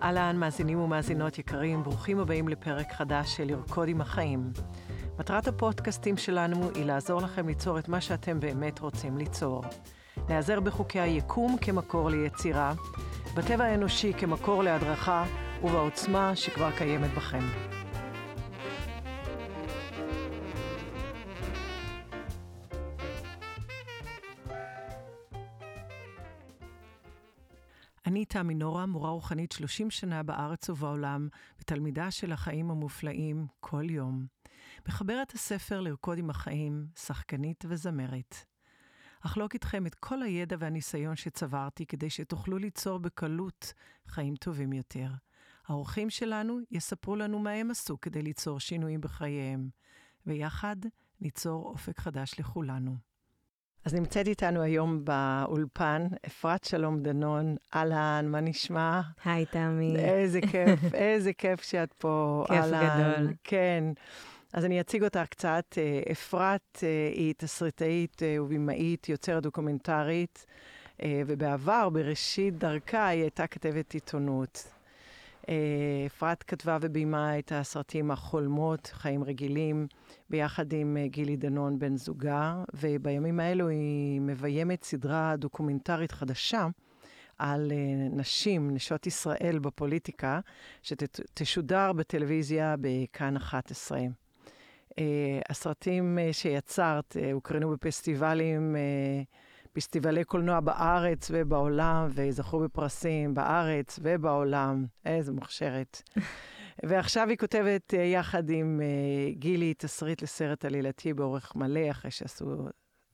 אהלן, מאזינים ומאזינות יקרים, ברוכים הבאים לפרק חדש של לרקוד עם החיים. מטרת הפודקאסטים שלנו היא לעזור לכם ליצור את מה שאתם באמת רוצים ליצור. נעזר בחוקי היקום כמקור ליצירה, בטבע האנושי כמקור להדרכה ובעוצמה שכבר קיימת בכם. אני תמי נורה, מורה רוחנית 30 שנה בארץ ובעולם, ותלמידה של החיים המופלאים כל יום. מחברת הספר לרקוד עם החיים, שחקנית וזמרת. אחלוק איתכם את כל הידע והניסיון שצברתי כדי שתוכלו ליצור בקלות חיים טובים יותר. האורחים שלנו יספרו לנו מה הם עשו כדי ליצור שינויים בחייהם, ויחד ניצור אופק חדש לכולנו. אז נמצאת איתנו היום באולפן, אפרת שלום דנון. אהלן, מה נשמע? היי, תמי. איזה כיף, איזה כיף שאת פה. כיף גדול. כן. אז אני אציג אותך קצת. אפרת היא תסריטאית ובימאית, יוצרת דוקומנטרית, ובעבר, בראשית דרכה, היא הייתה כתבת עיתונות. אפרת כתבה וביימה את הסרטים החולמות, חיים רגילים, ביחד עם גילי דנון בן זוגה, ובימים האלו היא מביימת סדרה דוקומנטרית חדשה על נשים, נשות ישראל בפוליטיקה, שתשודר בטלוויזיה בכאן 11. הסרטים שיצרת הוקרנו בפסטיבלים, פסטיבלי קולנוע בארץ ובעולם, וזכו בפרסים בארץ ובעולם. איזה מוכשרת. ועכשיו היא כותבת יחד עם גילי תסריט לסרט עלילתי באורך מלא, אחרי שעשו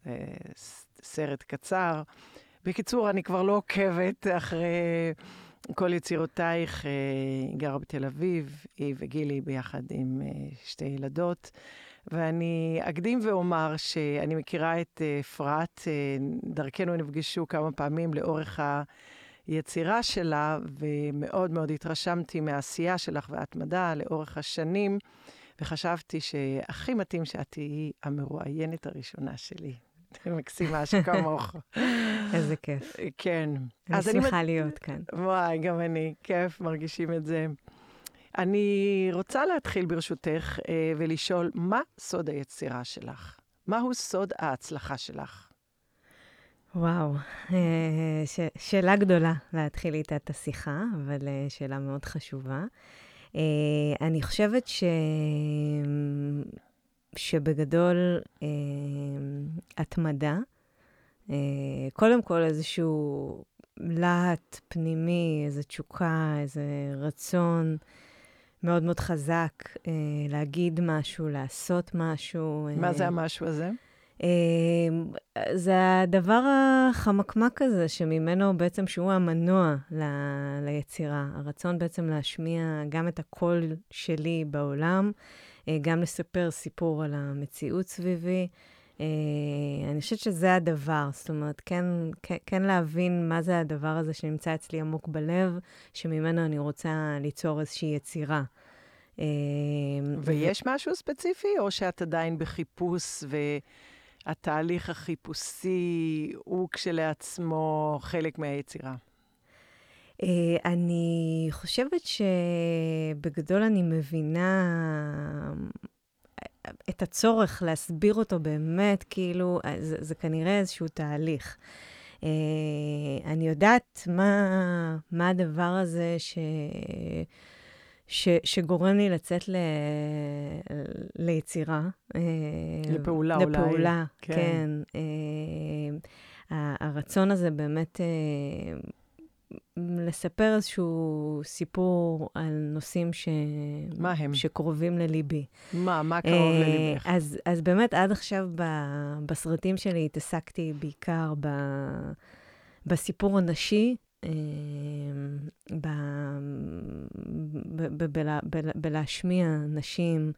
סרט קצר. בקיצור, אני כבר לא עוקבת אחרי כל יצירותייך. היא גרה בתל אביב, היא וגילי ביחד עם שתי ילדות. ואני אקדים ואומר שאני מכירה את אפרת, דרכנו נפגשו כמה פעמים לאורך היצירה שלה, ומאוד מאוד התרשמתי מהעשייה שלך וההתמדה לאורך השנים, וחשבתי שהכי מתאים שאת תהיי המרואיינת הראשונה שלי. מקסימה שכמוך. איזה כיף. כן. אני שמחה להיות כאן. וואי, גם אני. כיף, מרגישים את זה. אני רוצה להתחיל ברשותך ולשאול, מה סוד היצירה שלך? מהו סוד ההצלחה שלך? וואו, שאלה גדולה להתחיל איתה את השיחה, אבל שאלה מאוד חשובה. אני חושבת שבגדול התמדה, קודם כל איזשהו להט פנימי, איזו תשוקה, איזה רצון מאוד מאוד חזק, להגיד משהו, לעשות משהו. מה זה המשהו הזה? זה הדבר החמקמק הזה, שממנו בעצם שהוא המנוע ליצירה. הרצון בעצם להשמיע גם את הקול שלי בעולם, גם לספר סיפור על המציאות סביבי. אני חושבת שזה הדבר, זאת אומרת, כן להבין מה זה הדבר הזה שנמצא אצלי עמוק בלב, שממנו אני רוצה ליצור איזושהי יצירה. ויש משהו ספציפי, או שאת עדיין בחיפוש, והתהליך החיפושי הוא כשלעצמו חלק מהיצירה? אני חושבת שבגדול אני מבינה את הצורך להסביר אותו באמת, כאילו, זה כנראה איזשהו תהליך. אני יודעת מה הדבר הזה שגורם לי לצאת ליצירה. לפעולה אולי. לפעולה, כן. הרצון הזה באמת לספר איזשהו סיפור על נושאים שקרובים לליבי. מה קרוב לליבך? אז באמת עד עכשיו בסרטים שלי התעסקתי בעיקר בסיפור הנשי, בלהשמיע נשים,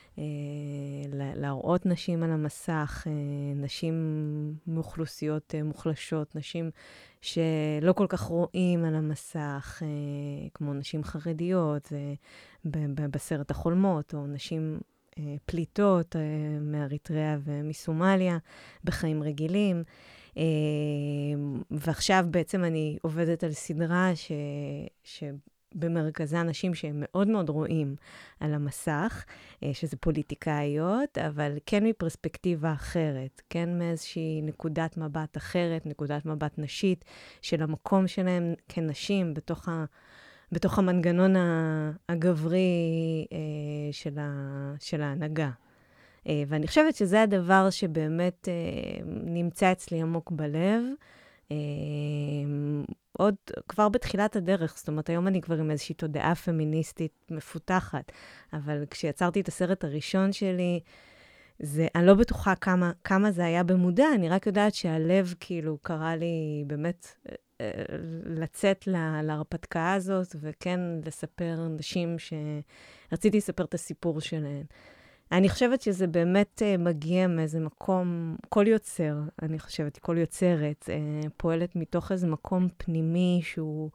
להראות נשים על המסך, נשים מאוכלוסיות מוחלשות, נשים שלא כל כך רואים על המסך, כמו נשים חרדיות, בסרט החולמות, או נשים פליטות מאריתריאה ומסומליה, בחיים רגילים. ועכשיו בעצם אני עובדת על סדרה במרכזה אנשים שהם מאוד מאוד רואים על המסך, שזה פוליטיקאיות, אבל כן מפרספקטיבה אחרת, כן מאיזושהי נקודת מבט אחרת, נקודת מבט נשית, של המקום שלהם כנשים בתוך המנגנון הגברי של ההנהגה. ואני חושבת שזה הדבר שבאמת נמצא אצלי עמוק בלב, עוד כבר בתחילת הדרך, זאת אומרת, היום אני כבר עם איזושהי תודעה פמיניסטית מפותחת, אבל כשיצרתי את הסרט הראשון שלי, אני לא בטוחה כמה זה היה במודע, אני רק יודעת שהלב כאילו קרא לי באמת לצאת להרפתקה הזאת, וכן לספר נשים שרציתי לספר את הסיפור שלהן. אני חושבת שזה באמת מגיע מאיזה מקום, כל יוצר, אני חושבת, כל יוצרת, פועלת מתוך איזה מקום פנימי שהוא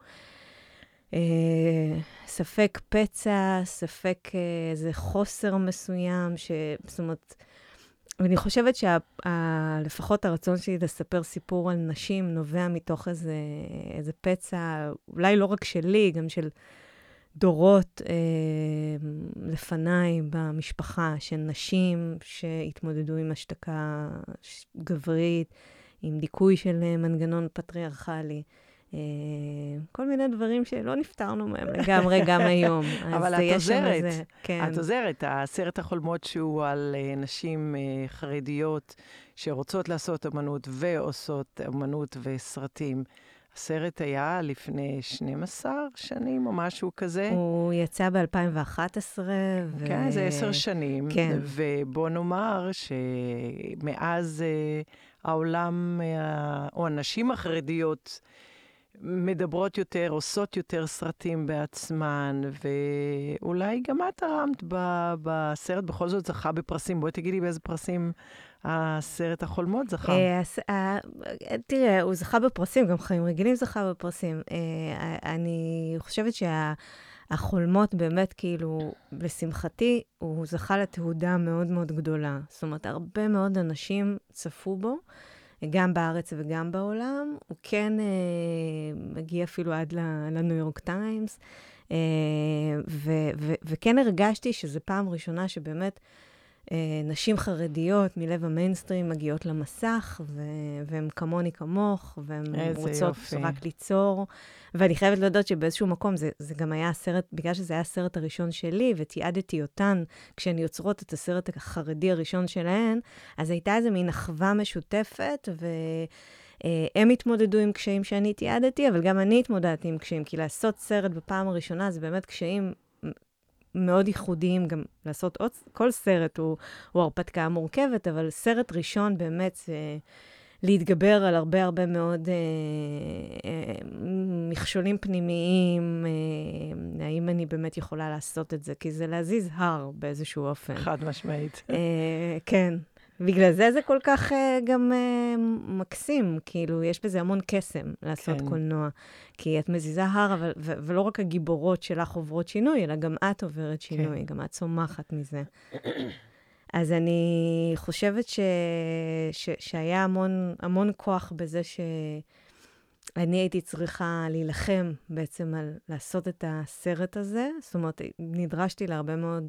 ספק פצע, ספק איזה חוסר מסוים, זאת אומרת, אני חושבת שלפחות הרצון שלי לספר סיפור על נשים נובע מתוך איזה פצע, אולי לא רק שלי, גם של דורות לפניי במשפחה, של נשים שהתמודדו עם השתקה גברית, עם דיכוי של מנגנון פטריארכלי. כל מיני דברים שלא נפטרנו מהם לגמרי גם היום. אבל את עוזרת, את עוזרת. הסרט החולמות שהוא על נשים חרדיות שרוצות לעשות אמנות ועושות אמנות וסרטים. הסרט היה לפני 12 שנים או משהו כזה. הוא יצא ב-2011. כן, זה 10 שנים. כן. ובוא נאמר שמאז העולם, או הנשים החרדיות, מדברות יותר, עושות יותר סרטים בעצמן, ואולי גם את הרמת בסרט, בכל זאת זכה בפרסים. בואי תגידי באיזה פרסים הסרט החולמות זכה. תראה, הוא זכה בפרסים, גם חיים רגילים זכה בפרסים. אני חושבת שהחולמות באמת כאילו, לשמחתי, הוא זכה לתהודה מאוד מאוד גדולה. זאת אומרת, הרבה מאוד אנשים צפו בו, גם בארץ וגם בעולם. הוא כן מגיע אפילו עד לניו יורק טיימס, וכן הרגשתי שזו פעם ראשונה שבאמת נשים חרדיות מלב המיינסטרים מגיעות למסך, והן כמוני כמוך, והן רוצות רק ליצור. ואני חייבת להודות שבאיזשהו מקום, זה גם היה הסרט, בגלל שזה היה הסרט הראשון שלי, ותיעדתי אותן כשהן יוצרות את הסרט החרדי הראשון שלהן, אז הייתה איזו מין אחווה משותפת, הם התמודדו עם קשיים שאני תיעדתי, אבל גם אני התמודדתי עם קשיים, כי לעשות סרט בפעם הראשונה, זה באמת קשיים מאוד ייחודיים, גם לעשות כל סרט הוא הרפתקה מורכבת, אבל סרט ראשון באמת להתגבר על הרבה מאוד מכשולים פנימיים, האם אני באמת יכולה לעשות את זה, כי זה להזיז הר באיזשהו אופן. חד משמעית. כן. בגלל זה כל כך גם מקסים, כאילו, יש בזה המון קסם לעשות קולנוע. כי את מזיזה הר, ולא רק הגיבורות שלך עוברות שינוי, אלא גם את עוברת שינוי, גם את צומחת מזה. אז אני חושבת שהיה המון כוח בזה שאני הייתי צריכה להילחם בעצם על לעשות את הסרט הזה. זאת אומרת, נדרשתי להרבה מאוד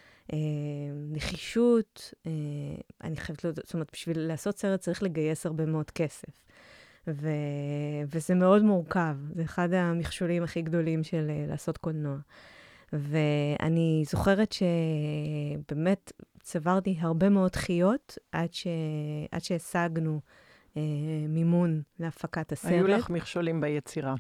נחישות, אני חייבת לדעת, זאת אומרת, בשביל לעשות סרט צריך לגייס הרבה מאוד כסף. וזה מאוד מורכב, זה אחד המכשולים הכי גדולים של לעשות קולנוע. ואני זוכרת שבאמת צברתי הרבה מאוד חיות עד שהשגנו מימון להפקת הסרט. היו לך מכשולים ביצירה.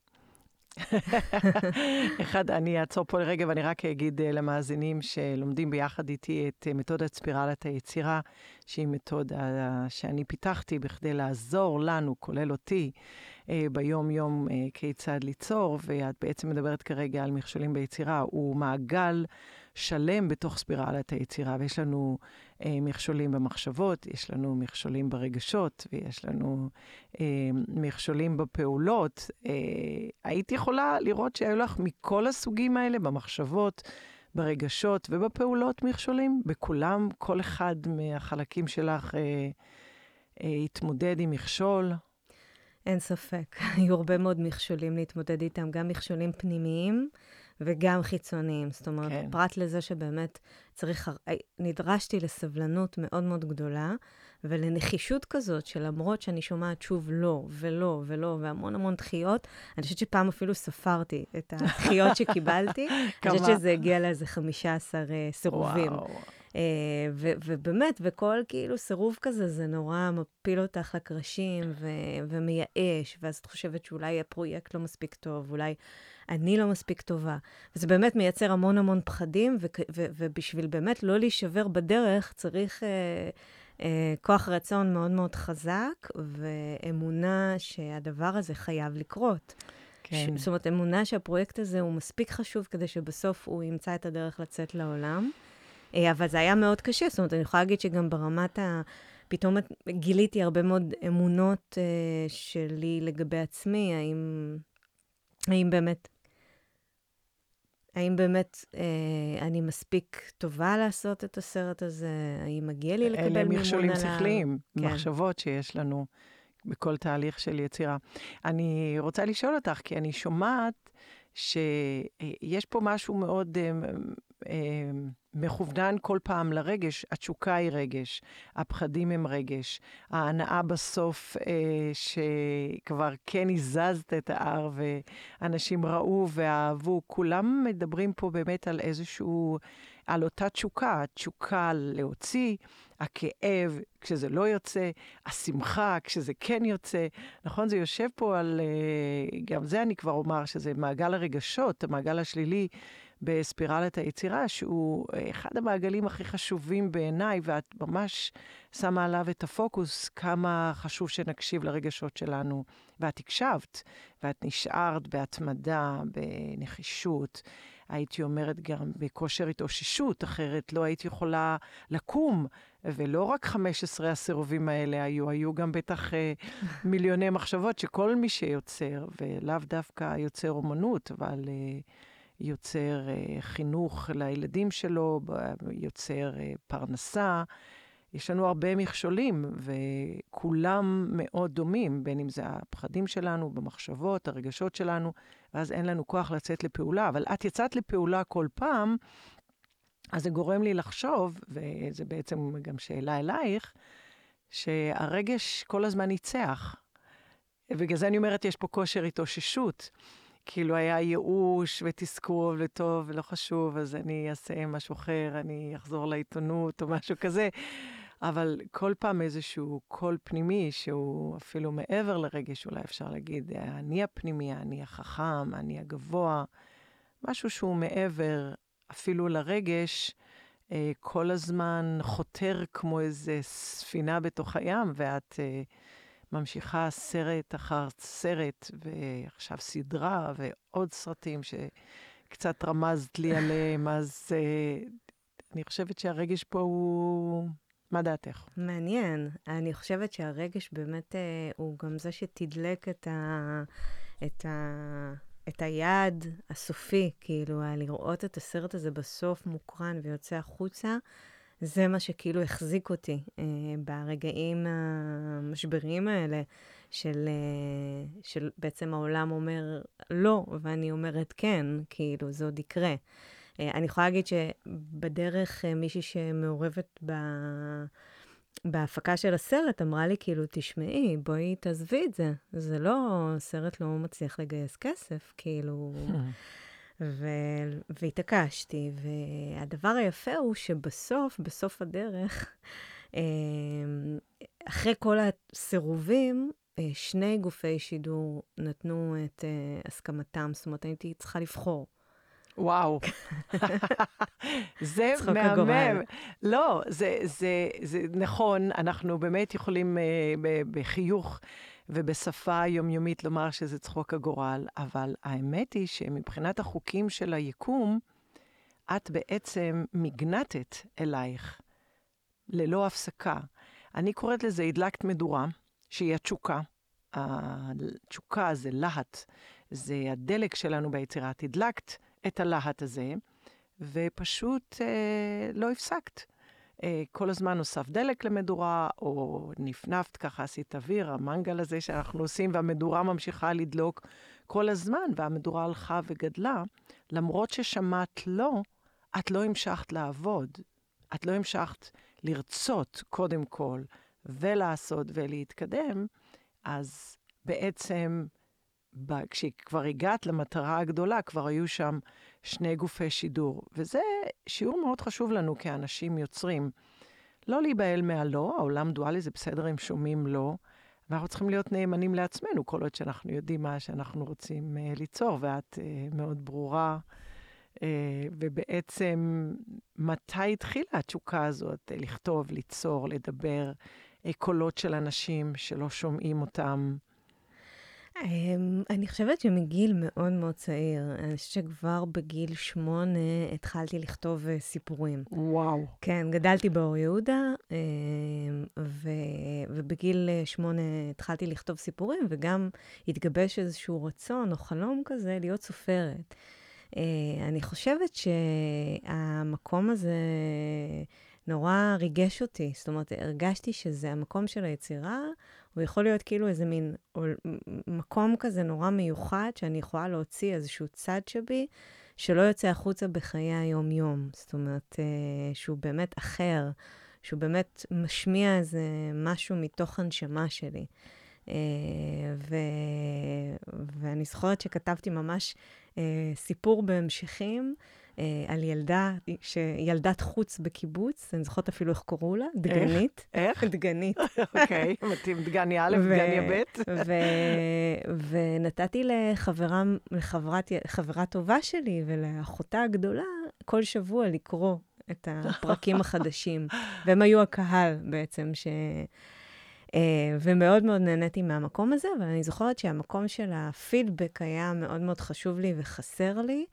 אני אעצור פה לרגע ואני רק אגיד למאזינים שלומדים ביחד איתי את מתודת ספירלת היצירה, שהיא מתודה שאני פיתחתי בכדי לעזור לנו, כולל אותי, ביום-יום כיצד ליצור, ואת בעצם מדברת כרגע על מכשולים ביצירה. הוא מעגל שלם בתוך ספירלת היצירה, ויש לנו מכשולים במחשבות, יש לנו מכשולים ברגשות, ויש לנו מכשולים בפעולות. הייתי יכולה לראות שהיו לך מכל הסוגים האלה, במחשבות, ברגשות ובפעולות מכשולים, בכולם, כל אחד מהחלקים שלך התמודד עם מכשול. אין ספק. היו הרבה מאוד מכשולים להתמודד איתם, גם מכשולים פנימיים וגם חיצוניים. זאת אומרת, כן. פרט לזה שבאמת נדרשתי לסבלנות מאוד מאוד גדולה, ולנחישות כזאת, שלמרות שאני שומעת שוב לא, ולא, ולא, והמון המון דחיות, אני חושבת שפעם אפילו ספרתי את הדחיות שקיבלתי. אני חושבת שזה הגיע לאיזה 15 סירובים. וואו. ובאמת, וכל כאילו סירוב כזה, זה נורא מפיל אותך לקרשים ומייאש, ואז את חושבת שאולי הפרויקט לא מספיק טוב, אולי אני לא מספיק טובה. וזה באמת מייצר המון המון פחדים, ובשביל באמת לא להישבר בדרך, צריך כוח רצון מאוד מאוד חזק, ואמונה שהדבר הזה חייב לקרות. כן. זאת אומרת, אמונה שהפרויקט הזה הוא מספיק חשוב, כדי שבסוף הוא ימצא את הדרך לצאת לעולם. אבל זה היה מאוד קשה, זאת אומרת, אני יכולה להגיד שגם ברמת פתאום גיליתי הרבה מאוד אמונות שלי לגבי עצמי, האם באמת אני מספיק טובה לעשות את הסרט הזה? האם מגיע לי לקבל מימון עליו? אלה מכשולים שכליים, מחשבות שיש לנו בכל תהליך של יצירה. אני רוצה לשאול אותך, כי אני שומעת שיש פה משהו מאוד מכוונן כל פעם לרגש. התשוקה היא רגש, הפחדים הם רגש, ההנאה בסוף שכבר כן הזזת את ההר ואנשים ראו ואהבו, כולם מדברים פה באמת על איזשהו, על אותה תשוקה, התשוקה להוציא, הכאב כשזה לא יוצא, השמחה כשזה כן יוצא. נכון, זה יושב פה על, גם זה אני כבר אומר, שזה מעגל הרגשות, המעגל השלילי בספירלת היצירה, שהוא אחד המעגלים הכי חשובים בעיניי, ואת ממש שמה עליו את הפוקוס, כמה חשוב שנקשיב לרגשות שלנו. ואת הקשבת, ואת נשארת בהתמדה, בנחישות, הייתי אומרת גם בכושר התאוששות, אחרת לא הייתי יכולה לקום, ולא רק 15 הסירובים האלה היו גם בטח מיליוני מחשבות, שכל מי שיוצר, ולאו דווקא יוצר אומנות, אבל יוצר חינוך לילדים שלו, יוצר פרנסה, יש לנו הרבה מכשולים, וכולם מאוד דומים, בין אם זה הפחדים שלנו, במחשבות, הרגשות שלנו, ואז אין לנו כוח לצאת לפעולה. אבל את יצאת לפעולה כל פעם, אז זה גורם לי לחשוב, וזה בעצם גם שאלה אלייך, שהרגש כל הזמן ניצח. ובגלל זה אני אומרת, יש פה כושר התאוששות. כאילו היה ייאוש ותסכול וטוב ולא חשוב, אז אני אעשה משהו אחר, אני אחזור לעיתונות או משהו כזה. אבל כל פעם איזשהו קול פנימי, שהוא אפילו מעבר לרגש, אולי אפשר להגיד, אני הפנימי, אני החכם, אני הגבוה, משהו שהוא מעבר אפילו לרגש, כל הזמן חותר כמו איזה ספינה בתוך הים, ואת ממשיכה סרט אחר סרט, ועכשיו סדרה ועוד סרטים שקצת רמזת לי עליהם, אז אני חושבת שהרגש פה הוא... מה דעתך? מעניין. אני חושבת שהרגש באמת הוא גם זה שתדלק את היעד הסופי, כאילו, לראות את הסרט הזה בסוף מוקרן ויוצא החוצה, זה מה שכאילו החזיק אותי ברגעים המשבריים האלה, של בעצם העולם אומר לא, ואני אומרת כן, כאילו, זה עוד יקרה. אני יכולה להגיד שבדרך מישהי שמעורבת בהפקה של הסרט, אמרה לי כאילו, תשמעי, בואי תעזבי את זה. זה לא, הסרט לא מצליח לגייס כסף, כאילו... והתעקשתי, והדבר היפה הוא שבסוף, בסוף הדרך, אחרי כל הסירובים, שני גופי שידור נתנו את הסכמתם, זאת אומרת, הייתי צריכה לבחור. וואו, זה מהמם. לא, זה נכון, אנחנו באמת יכולים בחיוך ובשפה יומיומית לומר שזה צחוק הגורל, אבל האמת היא שמבחינת החוקים של היקום, את בעצם מגנטת אלייך, ללא הפסקה. אני קוראת לזה הדלקת מדורה, שהיא התשוקה. התשוקה זה להט, זה הדלק שלנו ביצירה. הדלקת את הלהט הזה, ופשוט לא הפסקת. כל הזמן נוסף דלק למדורה, או נפנפת, ככה עשית אוויר, המנגל הזה שאנחנו עושים, והמדורה ממשיכה לדלוק כל הזמן, והמדורה הלכה וגדלה, למרות ששמעת לא, את לא המשכת לעבוד. את לא המשכת לרצות קודם כל, ולעשות ולהתקדם, אז בעצם, כשכבר הגעת למטרה הגדולה, כבר היו שם 2 גופי שידור. וזה שיעור מאוד חשוב לנו כאנשים יוצרים. לא להיבהל מהלא, העולם דואלי זה בסדר אם שומעים לא, ואנחנו צריכים להיות נאמנים לעצמנו, כל עוד שאנחנו יודעים מה שאנחנו רוצים ליצור, ואת מאוד ברורה. ובעצם, מתי התחילה התשוקה הזאת? לכתוב, ליצור, לדבר, קולות של אנשים שלא שומעים אותם? אני חושבת שמגיל מאוד מאוד צעיר, אני חושבת שכבר בגיל 8 התחלתי לכתוב סיפורים. וואו. כן, גדלתי באור יהודה, ובגיל 8 התחלתי לכתוב סיפורים, וגם התגבש איזשהו רצון או חלום כזה להיות סופרת. אני חושבת שהמקום הזה נורא ריגש אותי. זאת אומרת, הרגשתי שזה המקום של היצירה, הוא יכול להיות כאילו איזה מין מקום כזה נורא מיוחד, שאני יכולה להוציא איזשהו צד שבי, שלא יוצא החוצה בחיי היום-יום. זאת אומרת, שהוא באמת אחר, שהוא באמת משמיע איזה משהו מתוך הנשמה שלי. ואני זוכרת שכתבתי ממש סיפור בהמשכים, על ילדת חוץ בקיבוץ, אני זוכרת אפילו איך קוראו לה, דגנית. איך? דגנית. אוקיי, מתאים, דגניה א', דגניה ב'. ונתתי לחברה טובה שלי ולאחותה הגדולה, כל שבוע לקרוא את הפרקים החדשים. והם היו הקהל בעצם ומאוד מאוד נהניתי מהמקום הזה, אבל אני זוכרת שהמקום של הפידבק היה מאוד מאוד חשוב לי וחסר לי,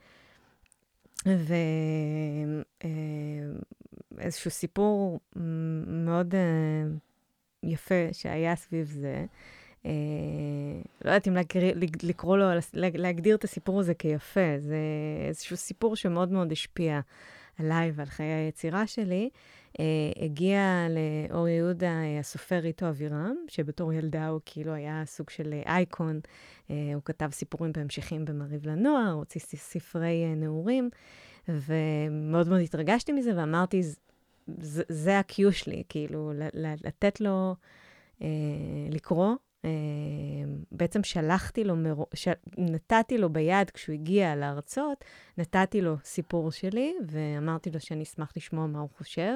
ואיזשהו סיפור מאוד יפה שהיה סביב זה. לא יודעת אם לקרוא לו, להגדיר את הסיפור הזה כיפה. זה איזשהו סיפור שמאוד מאוד השפיע עליי ועל חיי היצירה שלי. הגיע לאור יהודה הסופר ריטו אבירם, שבתור ילדה הוא כאילו היה סוג של אייקון. הוא כתב סיפורים בהמשכים במעריב לנוער, הוציא ספרי נעורים, ומאוד מאוד התרגשתי מזה, ואמרתי, זה הקיו שלי, כאילו, לתת לו לקרוא. בעצם שלחתי לו, נתתי לו ביד כשהוא הגיע לארצות, נתתי לו סיפור שלי, ואמרתי לו שאני אשמח לשמוע מה הוא חושב.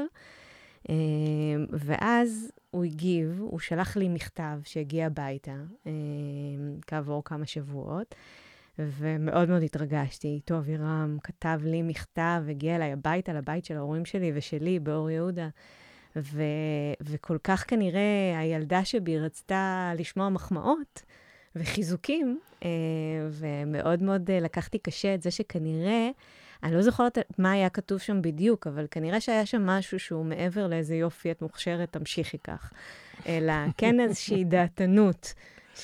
ואז הוא הגיב, הוא שלח לי מכתב שהגיע הביתה, כעבור כמה שבועות, ומאוד מאוד התרגשתי. איתו אבירם כתב לי מכתב, הגיע אליי הביתה, לבית של ההורים שלי ושלי באור יהודה, וכל כך כנראה הילדה שבי רצתה לשמוע מחמאות וחיזוקים, ומאוד מאוד לקחתי קשה את זה שכנראה, אני לא זוכרת מה היה כתוב שם בדיוק, אבל כנראה שהיה שם משהו שהוא מעבר לאיזה יופי, את מוכשרת, תמשיכי כך. אלא כן איזושהי דעתנות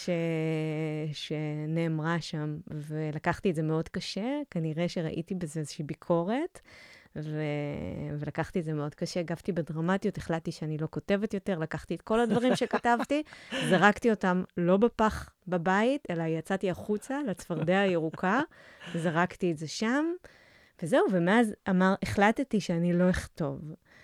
שנאמרה שם, ולקחתי את זה מאוד קשה, כנראה שראיתי בזה איזושהי ביקורת, ולקחתי את זה מאוד קשה, הגבתי בדרמטיות, החלטתי שאני לא כותבת יותר, לקחתי את כל הדברים שכתבתי, זרקתי אותם לא בפח בבית, אלא יצאתי החוצה לצפרדע הירוקה, זרקתי את זה שם, וזהו, ומאז החלטתי שאני לא אכתוב.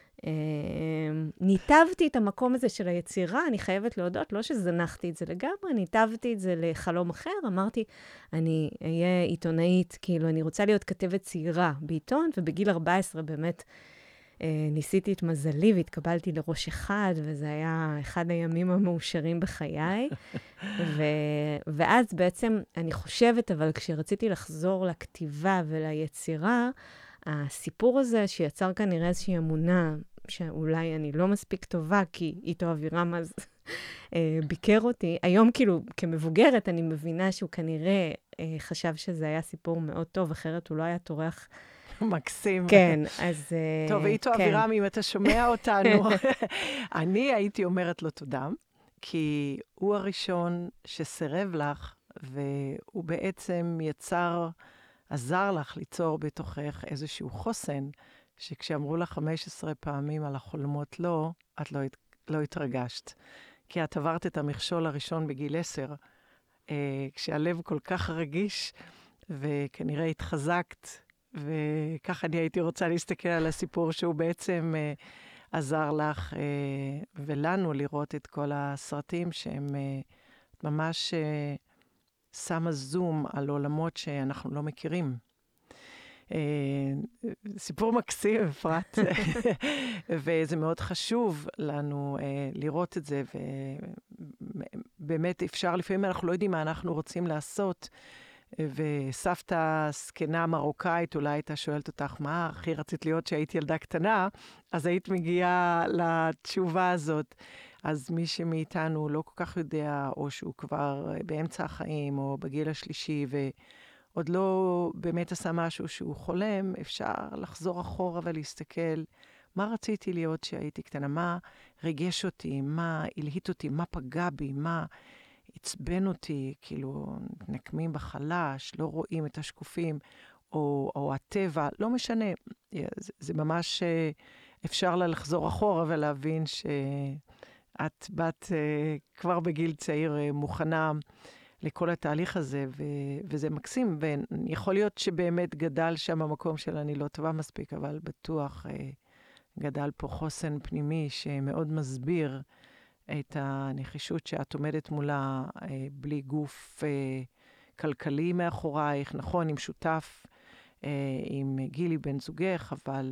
ניתבתי את המקום הזה של היצירה, אני חייבת להודות, לא שזנחתי את זה לגמרי, ניתבתי את זה לחלום אחר, אמרתי, אני אהיה עיתונאית, כאילו, אני רוצה להיות כתבת צעירה בעיתון, ובגיל 14 באמת ניסיתי את מזלי, והתקבלתי לראש אחד, וזה היה אחד הימים המאושרים בחיי, ואז בעצם, אני חושבת, אבל כשרציתי לחזור לכתיבה וליצירה, הסיפור הזה שיצר כנראה איזושהי אמונה, שאולי אני לא מספיק טובה, כי איתו אבירם אז ביקר אותי. היום כאילו, כמבוגרת, אני מבינה שהוא כנראה חשב שזה היה סיפור מאוד טוב, אחרת הוא לא היה טורח. מקסים. כן, אז... טוב, איתו אבירם, אם אתה שומע אותנו, אני הייתי אומרת לו תודה, כי הוא הראשון שסירב לך, והוא בעצם עזר לך ליצור בתוכך איזשהו חוסן, שכשאמרו לה 15 פעמים על החולמות לא, את לא התרגשת. כי את עברת את המכשול הראשון בגיל 10, כשהלב כל כך רגיש, וכנראה התחזקת, וככה אני הייתי רוצה להסתכל על הסיפור שהוא בעצם עזר לך ולנו לראות את כל הסרטים שהם ממש שמה זום על עולמות שאנחנו לא מכירים. סיפור מקסים, אפרת, וזה מאוד חשוב לנו לראות את זה, ובאמת אפשר, לפעמים אנחנו לא יודעים מה אנחנו רוצים לעשות, וסבתא זקנה מרוקאית אולי הייתה שואלת אותך, מה הכי רצית להיות שהיית ילדה קטנה, אז היית מגיעה לתשובה הזאת. אז מי שמאיתנו לא כל כך יודע, או שהוא כבר באמצע החיים, או בגיל השלישי, ועוד לא באמת עשה משהו שהוא חולם, אפשר לחזור אחורה ולהסתכל, מה רציתי להיות שהייתי קטנה? מה ריגש אותי? מה הלהיט אותי? מה פגע בי? מה עצבן אותי? כאילו, נקמים בחלש, לא רואים את השקופים, או הטבע, לא משנה. זה ממש אפשר לה לחזור אחורה ולהבין שאת בת כבר בגיל צעיר מוכנה לכל התהליך הזה, וזה מקסים. ויכול להיות שבאמת גדל שם המקום של אני לא טובה מספיק, אבל בטוח גדל פה חוסן פנימי שמאוד מסביר את הנחישות שאת עומדת מולה בלי גוף כלכלי מאחורייך, נכון, עם שותף, עם גילי בן זוגך, אבל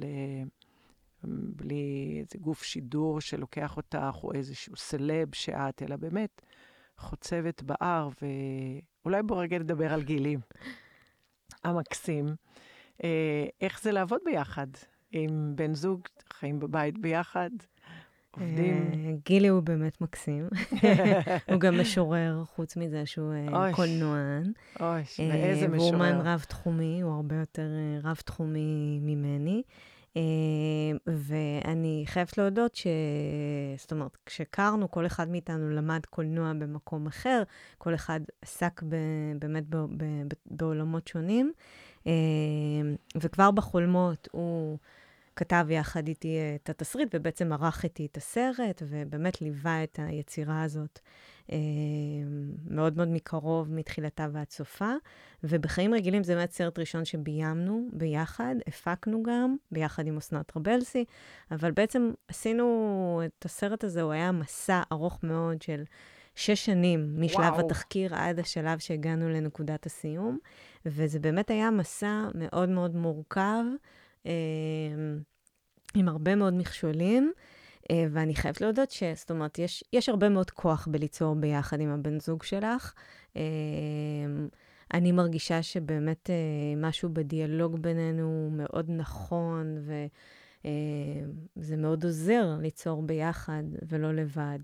בלי איזה גוף שידור שלוקח אותך, או איזשהו סלב שאת, אלא באמת חוצבת בער, ואולי בוא רגע נדבר על גילי המקסים. איך זה לעבוד ביחד עם בן זוג, חיים בבית ביחד? עובדים. גילי הוא באמת מקסים. הוא גם משורר, חוץ מזה שהוא קולנוען. ואיזה משורר. והוא אומן רב-תחומי, הוא הרבה יותר רב-תחומי ממני. ואני חייבת להודות זאת אומרת, כשקרנו, כל אחד מאיתנו למד קולנוע במקום אחר, כל אחד עסק באמת בעולמות שונים, וכבר בחולמות הוא כתב יחד איתי את התסריט, ובעצם ערך איתי את הסרט, ובאמת ליווה את היצירה הזאת מאוד מאוד מקרוב, מתחילתה ועד סופה. ובחיים רגילים זה באמת סרט ראשון שביימנו ביחד, הפקנו גם, ביחד עם אסנת רבלסי, אבל בעצם עשינו את הסרט הזה, הוא היה מסע ארוך מאוד של 6 שנים, משלב התחקיר עד השלב שהגענו לנקודת הסיום, וזה באמת היה מסע מאוד מאוד מורכב, עם הרבה מאוד מכשולים, ואני חייבת להודות זאת אומרת, יש הרבה מאוד כוח בליצור ביחד עם הבן זוג שלך. אני מרגישה שבאמת משהו בדיאלוג בינינו מאוד נכון, וזה מאוד עוזר ליצור ביחד ולא לבד.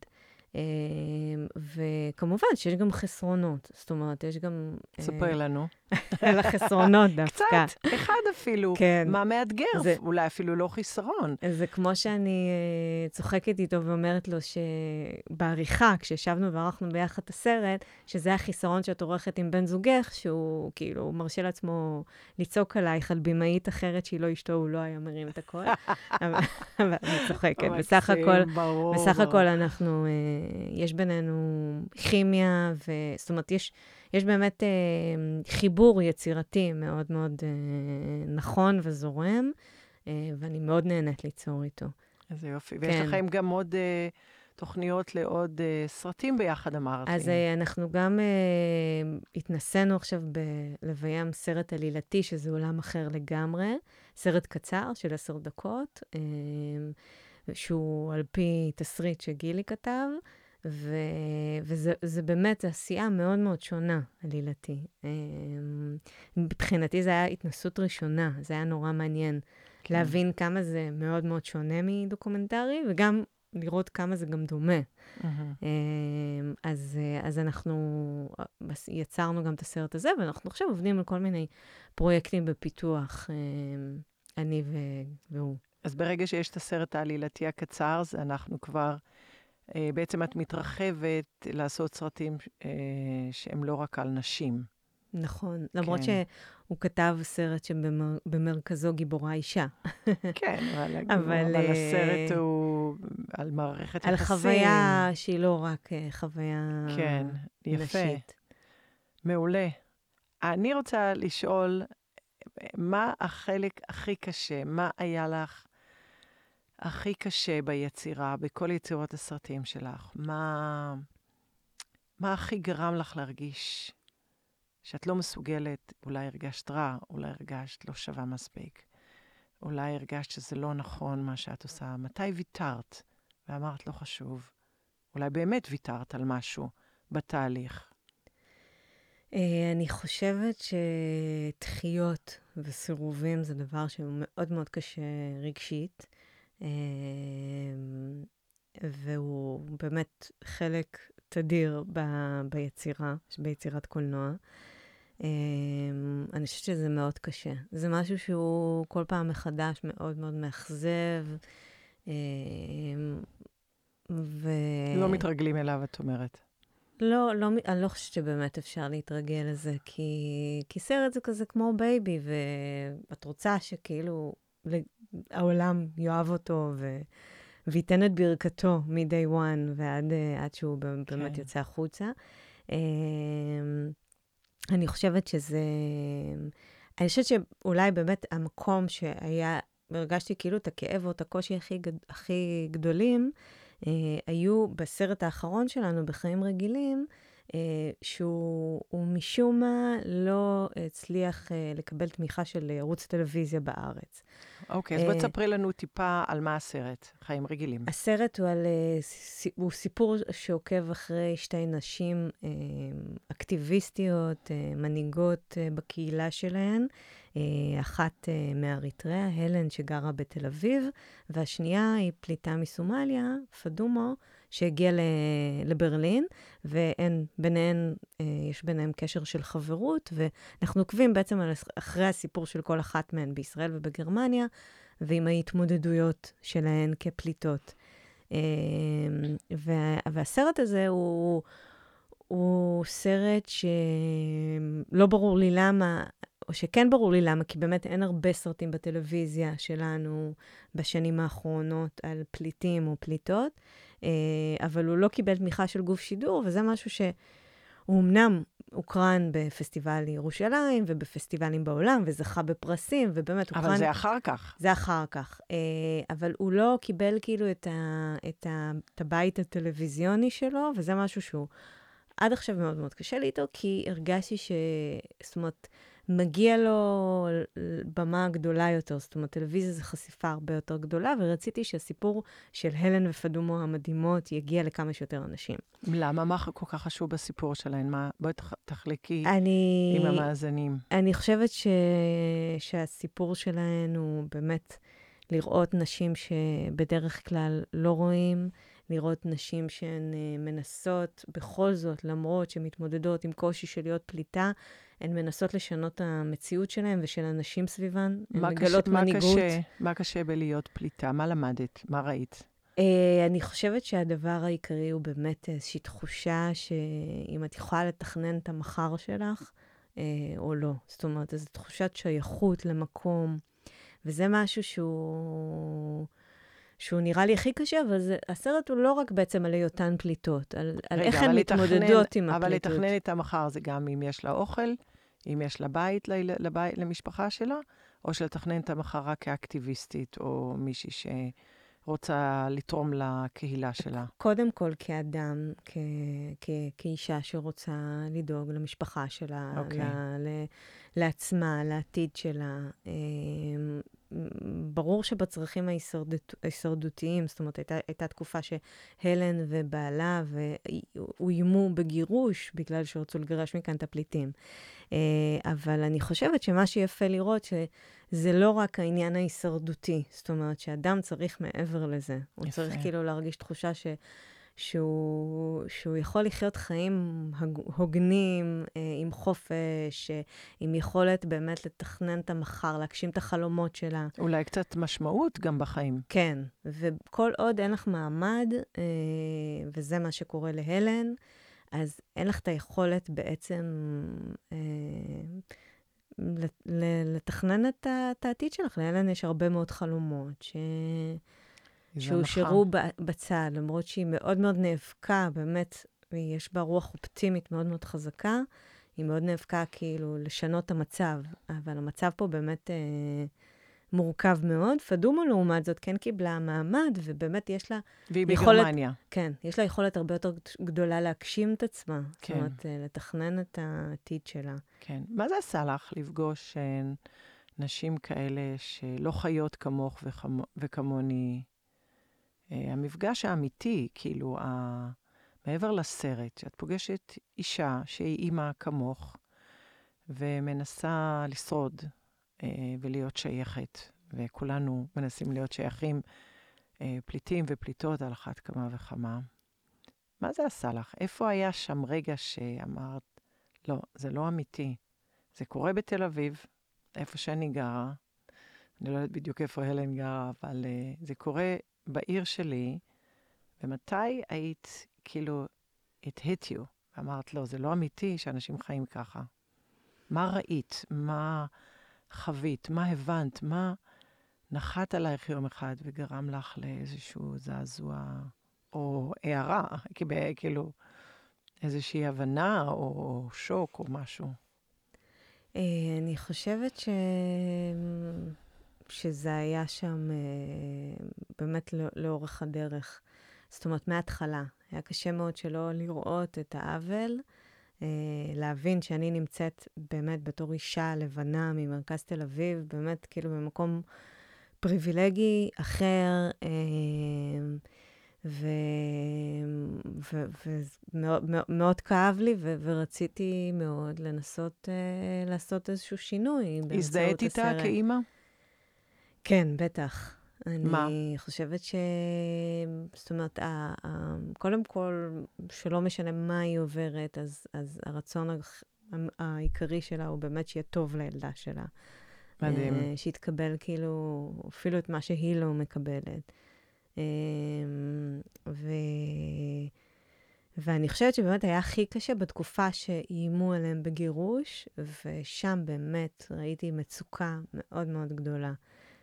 וכמובן שיש גם חסרונות, זאת אומרת, יש גם... ספרי לנו. על החסרונות דווקא. קצת, אחד אפילו. כן. מה מאתגר? אולי אפילו לא חיסרון. זה כמו שאני צוחקת איתו ואומרת לו שבעריכה, כשישבנו וערכנו ביחד את הסרט, שזה החיסרון שאת עורכת עם בן זוגך, שהוא כאילו מרשה לעצמו לצעוק עלייך על בימאית אחרת שהיא לא אשתו, הוא לא היה מרים את הכל. אבל אני צוחקת. בסך הכל אנחנו... יש בינינו כימיה, זאת אומרת, יש באמת חיבור יצירתי מאוד מאוד נכון וזורם, ואני מאוד נהנית ליצור איתו. איזה יופי. ויש לכם גם עוד תוכניות לעוד סרטים ביחד, אמרתי. אז אנחנו גם התנסינו עכשיו לביים סרט עלילתי, שזה עולם אחר לגמרי, סרט קצר של 10 דקות, שהוא על פי תסריט שגילי כתב, וזה באמת עשייה מאוד מאוד שונה, עלילתי. מבחינתי זה היה התנסות ראשונה, זה היה נורא מעניין להבין כמה זה מאוד מאוד שונה מדוקומנטרי, וגם לראות כמה זה גם דומה. אז אנחנו יצרנו גם את הסרט הזה, ואנחנו עכשיו עובדים על כל מיני פרויקטים בפיתוח, אני והוא. אז ברגע שיש את הסרט העלילתי הקצר, אז אנחנו כבר, בעצם את מתרחבת לעשות סרטים שהם לא רק על נשים. נכון, למרות שהוא כתב סרט שבמרכזו גיבורה אישה. כן, אבל הסרט הוא על מערכת יחסים. על חוויה שהיא לא רק חוויה כן, יפה. נשית. מעולה. אני רוצה לשאול, מה החלק הכי קשה? מה היה לך הכי קשה ביצירה, בכל יצירות הסרטים שלך? מה הכי גרם לך להרגיש שאת לא מסוגלת? אולי הרגשת רע, אולי הרגשת לא שווה מספיק, אולי הרגשת שזה לא נכון מה שאת עושה. מתי ויתרת ואמרת לא חשוב? אולי באמת ויתרת על משהו בתהליך. אני חושבת שדחיות וסירובים זה דבר שהוא מאוד מאוד קשה רגשית, והוא באמת חלק תדיר ביצירת קולנוע. אני חושבת שזה מאוד קשה. זה משהו שהוא כל פעם מחדש מאוד מאוד מאכזב. לא מתרגלים אליו, את אומרת. לא, אני לא חושבת שבאמת אפשר להתרגל לזה, כי סרט זה כזה כמו בייבי, ואת רוצה שכאילו העולם יאהב אותו וייתן את ברכתו מ-day one ועד שהוא באמת יוצא החוצה. אני חושבת אני חושבת שאולי באמת המקום הרגשתי כאילו את הכאב או את הקושי הכי גדולים, היו בסרט האחרון שלנו, בחיים רגילים, שהוא משום מה לא הצליח לקבל תמיכה של ערוץ טלוויזיה בארץ. אוקיי, אז בוא תספרי לנו טיפה על מה הסרט, חיים רגילים. הסרט הוא סיפור שעוקב אחרי שתי נשים אקטיביסטיות, מנהיגות בקהילה שלהן, אחת מאריתריאה, הלן שגרה בתל אביב, והשנייה היא פליטה מסומליה, פדומו, שהגיעה לברלין, יש ביניהם קשר של חברות, ואנחנו עוקבים בעצם אחרי הסיפור של כל אחת מהן בישראל ובגרמניה, ועם ההתמודדויות שלהן כפליטות. והסרט הזה הוא סרט שלא ברור לי למה, או שכן ברור לי למה, כי באמת אין הרבה סרטים בטלוויזיה שלנו בשנים האחרונות על פליטים או פליטות, אבל הוא לא קיבל תמיכה של גוף שידור, וזה משהו שהוא אמנם הוקרן בפסטיבל ירושלים ובפסטיבלים בעולם, וזכה בפרסים, ובאמת הוקרן... אבל זה אחר כך. זה אחר כך. אבל הוא לא קיבל כאילו את הבית הטלוויזיוני שלו, וזה משהו שהוא עד עכשיו מאוד מאוד קשה לי איתו, כי הרגשתי זאת אומרת, מגיע לו במה גדולה יותר, זאת אומרת, טלוויזיה זה חשיפה הרבה יותר גדולה, ורציתי שהסיפור של הלן ופדומו המדהימות יגיע לכמה שיותר אנשים. למה? מה כל כך חשוב בסיפור שלהן? בואי תחלקי עם המאזנים. אני חושבת שהסיפור שלהן הוא באמת לראות נשים שבדרך כלל לא רואים, לראות נשים שהן מנסות בכל זאת, למרות שמתמודדות עם קושי של להיות פליטה, הן מנסות לשנות את המציאות שלהן ושל אנשים סביבן, הן מגלות מנהיגות. מה קשה בלהיות פליטה? מה למדת? מה ראית? אני חושבת שהדבר העיקרי הוא באמת איזושהי תחושה שאם את יכולה לתכנן את המחר שלך, או לא. זאת אומרת, איזו תחושת שייכות למקום, וזה משהו שהוא נראה לי הכי קשה, אבל הסרט הוא לא רק בעצם על היותן פליטות, על איך הן מתמודדות עם הפליטות. אבל לתכנן את המחר זה גם אם יש לה אוכל, אם יש לה בית למשפחה שלה, או שלתכנן את המחר רק כאקטיביסטית, או מישהי שרוצה לתרום לקהילה שלה. קודם כל כאדם, כאישה שרוצה לדאוג למשפחה שלה, לעצמה, לעתיד שלה. ברור שבצרכים ההישרדותיים, זאת אומרת, הייתה תקופה שהלן ובעלה ואוימו בגירוש, בגלל שרצו לגרש מכאן את הפליטים. אבל אני חושבת שמה שיפה לראות, שזה לא רק העניין ההישרדותי, זאת אומרת, שאדם צריך מעבר לזה. הוא צריך כאילו להרגיש תחושה שהוא יכול לחיות חיים הוגנים, עם חופש, עם יכולת באמת לתכנן את המחר, להגשים את החלומות שלה. אולי קצת משמעות גם בחיים. כן, וכל עוד אין לך מעמד, וזה מה שקורה להלן, אז אין לך את היכולת בעצם לתכנן את העתיד שלך. להלן יש הרבה מאוד חלומות שהושארו בצד, למרות שהיא מאוד מאוד נאבקה, באמת, ויש בה רוח אופטימית מאוד מאוד חזקה, היא מאוד נאבקה כאילו לשנות את המצב, אבל המצב פה באמת מורכב מאוד. פדומו לעומת זאת כן קיבלה מעמד, ובאמת יש לה והיא בגרמניה. כן, יש לה יכולת הרבה יותר גדולה להגשים את עצמה. כן. זאת אומרת, לתכנן את העתיד שלה. כן. מה זה עשה לך לפגוש נשים כאלה שלא חיות כמוך וכמוני? המפגש האמיתי, כאילו, מעבר לסרט, שאת פוגשת אישה שהיא אימא כמוך, ומנסה לשרוד ולהיות שייכת, וכולנו מנסים להיות שייכים, פליטים ופליטות על אחת כמה וכמה. מה זה עשה לך? איפה היה שם רגע שאמרת, לא, זה לא אמיתי. זה קורה בתל אביב, איפה שאני גרה. אני לא יודעת בדיוק איפה הלן גרה, אבל זה קורה בעיר שלי. ומתי היית, כאילו, it hit you? אמרת, לא, זה לא אמיתי שאנשים חיים ככה. מה ראית? מה חווית? מה הבנת? מה נחת עלייך יום אחד וגרם לך לאיזשהו זעזוע או הערה? כאילו, איזושהי הבנה או שוק או משהו. אני חושבת שזה היה שם באמת לאורך הדרך. זאת אומרת, מההתחלה. היה קשה מאוד שלא לראות את העוול, להבין שאני נמצאת באמת בתור אישה לבנה ממרכז תל אביב, באמת כאילו במקום פריבילגי אחר, ומאוד כאב לי, ורציתי מאוד לנסות לעשות איזשהו שינוי באמצעות הסרט. הזדהית איתה כאימא? כן, בטח. מה? אני חושבת זאת אומרת, קודם כל, שלא משנה מה היא עוברת, אז הרצון העיקרי שלה הוא באמת שיהיה טוב לילדה שלה. מדהים. שיתקבל כאילו, אפילו את מה שהיא לא מקבלת. ואני חושבת שבאמת היה הכי קשה בתקופה שאיימו עליהם בגירוש, ושם באמת ראיתי מצוקה מאוד מאוד גדולה.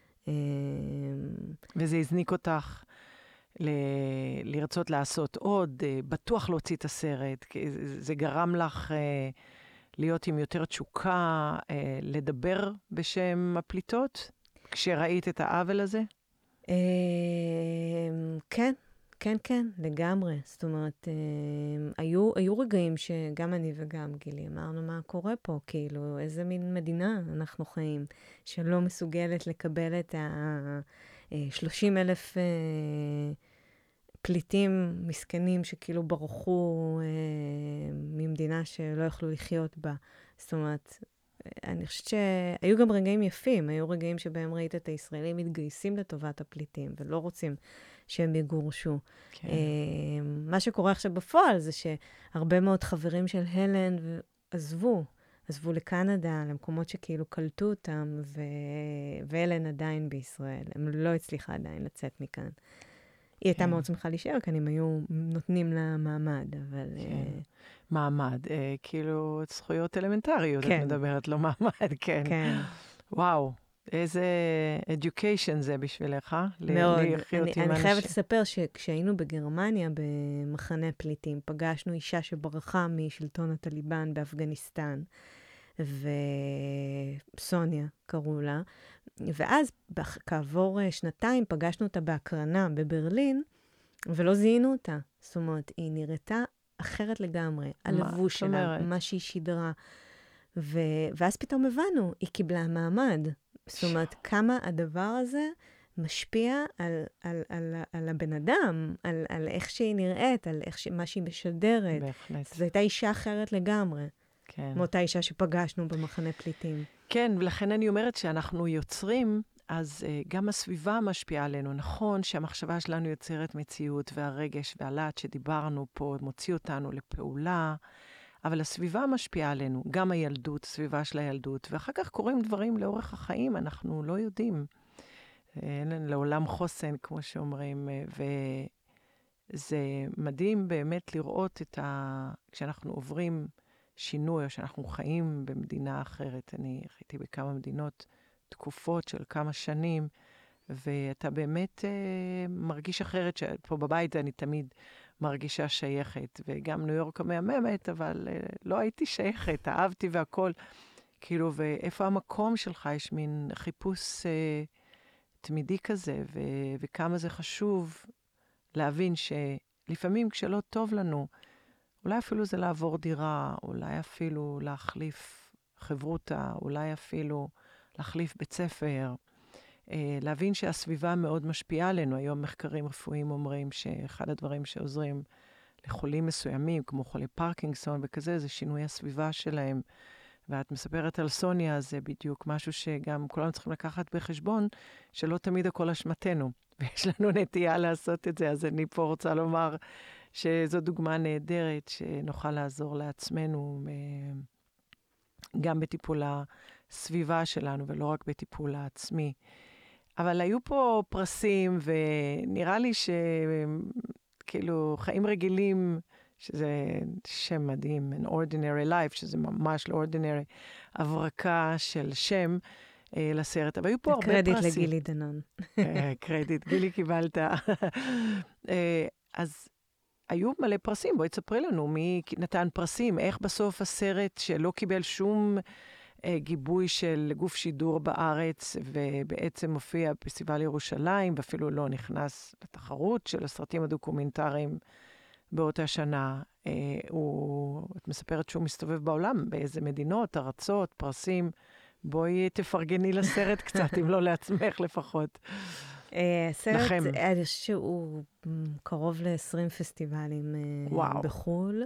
וזה הזניק אותך לרצות לעשות עוד, בטוח להוציא את הסרט, זה גרם לך להיות עם יותר תשוקה, לדבר בשם הפליטות, כשראית את העוול הזה? כן, כן, כן, לגמרי. זאת אומרת, היו רגעים שגם אני וגם גילי אמרנו מה קורה פה, כאילו, איזה מין מדינה אנחנו חיים, שלא מסוגלת לקבל את 30,000 פליטים מסכנים שכאילו ברחו ממדינה שלא יכלו לחיות בה. זאת אומרת, אני חושבת שהיו גם רגעים יפים, היו רגעים שבהם ראית את הישראלים מתגייסים לטובת הפליטים, ולא רוצים שהם יגורשו. כן. מה שקורה עכשיו בפועל זה שהרבה מאוד חברים של הלן עזבו לקנדה, למקומות שכאילו קלטו אותם, והלן עדיין בישראל. הם לא הצליחה עדיין לצאת מכאן. היא הייתה מאוד שמחה להישאר כאן, אם היו נותנים לה מעמד, אבל... מעמד, כאילו זכויות אלמנטריות, את מדברת, לא מעמד, כן. כן. וואו, איזה education זה בשבילך, מאוד. אני חייבת לספר שכשהיינו בגרמניה, במחנה פליטים, פגשנו אישה שברחה משלטון הטליבן באפגניסטן, וסוניה קראו לה, ואז כעבור שנתיים פגשנו אותה בהקרנה בברלין, ולא זיהינו אותה. זאת אומרת, היא נראתה אחרת לגמרי, הלבוש שלה, מה שהיא שידרה. ואז פתאום הבנו, היא קיבלה מעמד. זאת אומרת, כמה הדבר הזה משפיע על הבן אדם, על איך שהיא נראית, על מה שהיא משדרת. בהחלט. זו הייתה אישה אחרת לגמרי. כן. מאותה אישה שפגשנו במחנה פליטים. כן, ולכן אני אומרת שאנחנו יוצרים, אז גם הסביבה משפיעה עלינו. נכון שהמחשבה שלנו יוצרת מציאות, והרגש והלהט שדיברנו פה מוציא אותנו לפעולה, אבל הסביבה משפיעה עלינו, גם הילדות, הסביבה של הילדות, ואחר כך קורים דברים לאורך החיים, אנחנו לא יודעים. אין לעולם חוסן, כמו שאומרים, וזה מדהים באמת לראות כשאנחנו עוברים שינוי, או שאנחנו חיים במדינה אחרת. אני חייתי בכמה מדינות תקופות של כמה שנים, ואתה באמת מרגיש אחרת, שפה בבית אני תמיד מרגישה שייכת, וגם ניו יורק המהממת, אבל לא הייתי שייכת, אהבתי והכל, כאילו, ואיפה המקום שלך? יש מין חיפוש תמידי כזה, וכמה זה חשוב להבין שלפעמים כשלא טוב לנו, אולי אפילו זה לעבור דירה, אולי אפילו להחליף חברותה, אולי אפילו להחליף בית ספר, להבין שהסביבה מאוד משפיעה עלינו. היום מחקרים רפואיים אומרים שאחד הדברים שעוזרים לחולים מסוימים, כמו חולי פרקינגסון וכזה, זה שינוי הסביבה שלהם. ואת מספרת על סוניה, זה בדיוק משהו שגם כולנו צריכים לקחת בחשבון, שלא תמיד הכל אשמתנו, ויש לנו נטייה לעשות את זה. אז אני פה רוצה לומר שזו דוגמה נהדרת, שנוכל לעזור לעצמנו, גם בטיפול הסביבה שלנו, ולא רק בטיפול העצמי. אבל היו פה פרסים, ונראה לי שכאילו חיים רגילים, שזה שם מדהים, an ordinary life, שזה ממש לא ordinary, הברקה של שם לסרט. אבל היו פה הרבה פרסים. קרדיט לגילי דנון. קרדיט, גילי קיבלת. אז היו מלא פרסים, בואי תספרי לנו מי נתן פרסים, איך בסוף הסרט שלא קיבל שום גיבוי של גוף שידור בארץ, ובעצם מופיע בפסטיבל ירושלים, ואפילו לא נכנס לתחרות של הסרטים הדוקומנטריים באותה שנה. את מספרת שהוא מסתובב בעולם, באיזה מדינות, ארצות, פרסים. בואי תפרגני לסרט קצת, אם לא לעצמך לפחות. הסרט, אני חושבת שהוא קרוב ל-20 פסטיבלים בחול.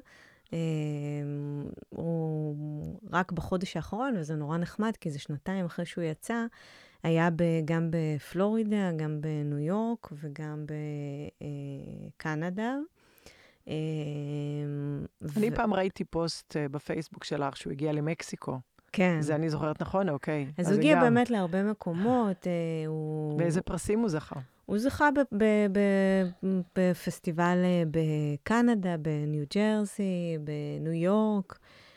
הוא רק בחודש האחרון, וזה נורא נחמד, כי זה שנתיים אחרי שהוא יצא, היה גם בפלורידה, גם בניו יורק וגם בקנדה. אני פעם ראיתי פוסט בפייסבוק שלך, שהוא הגיע למקסיקו. כן. זה אני זוכרת נכון, אוקיי. אז הוא הגיע באמת להרבה מקומות. באיזה פרסים הוא זכה? הוא זכה בפסטיבל בקנדה, בניו ג'רסי, בניו יורק.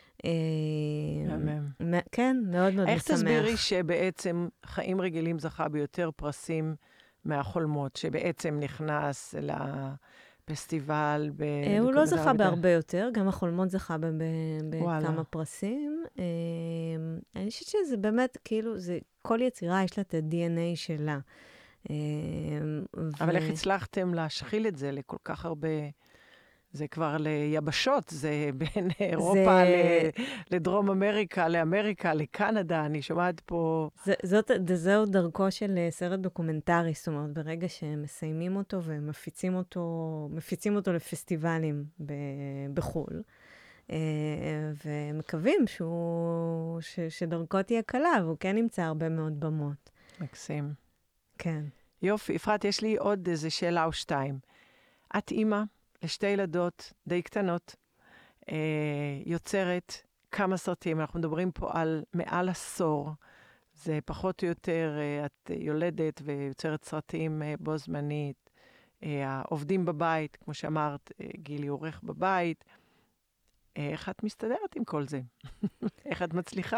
כן, מאוד מאוד איך משמח. תסבירי שבעצם חיים רגילים זכה ביותר פרסים מהחולמות, שבעצם נכנס לפסטיבל? הוא לא זכה בהרבה יותר, גם החולמות זכה בכמה פרסים. אני חושבת שזה באמת, כאילו, כל יצירה יש לה את ה-DNA שלה. אבל איך הצלחתם להשחיל את זה לכל כך הרבה, זה כבר ליבשות, זה בין אירופה לדרום אמריקה, לאמריקה, לקנדה, אני שומעת פה. זהו דרכו של סרט דוקומנטרי, זאת אומרת, ברגע שהם מסיימים אותו ומפיצים אותו לפסטיבלים בחול, ומקווים שדרכו תהיה קלה, והוא כן נמצא הרבה מאוד במות. מקסים. כן. יופי, אפרת, יש לי עוד איזו שאלה או שתיים. את אימא לשתי ילדות די קטנות, יוצרת כמה סרטים, אנחנו מדברים פה על מעל עשור, זה פחות או יותר, את יולדת ויוצרת סרטים בו זמנית, העובדים בבית, כמו שאמרת, גילי עורך בבית, איך את מסתדרת עם כל זה? איך את מצליחה?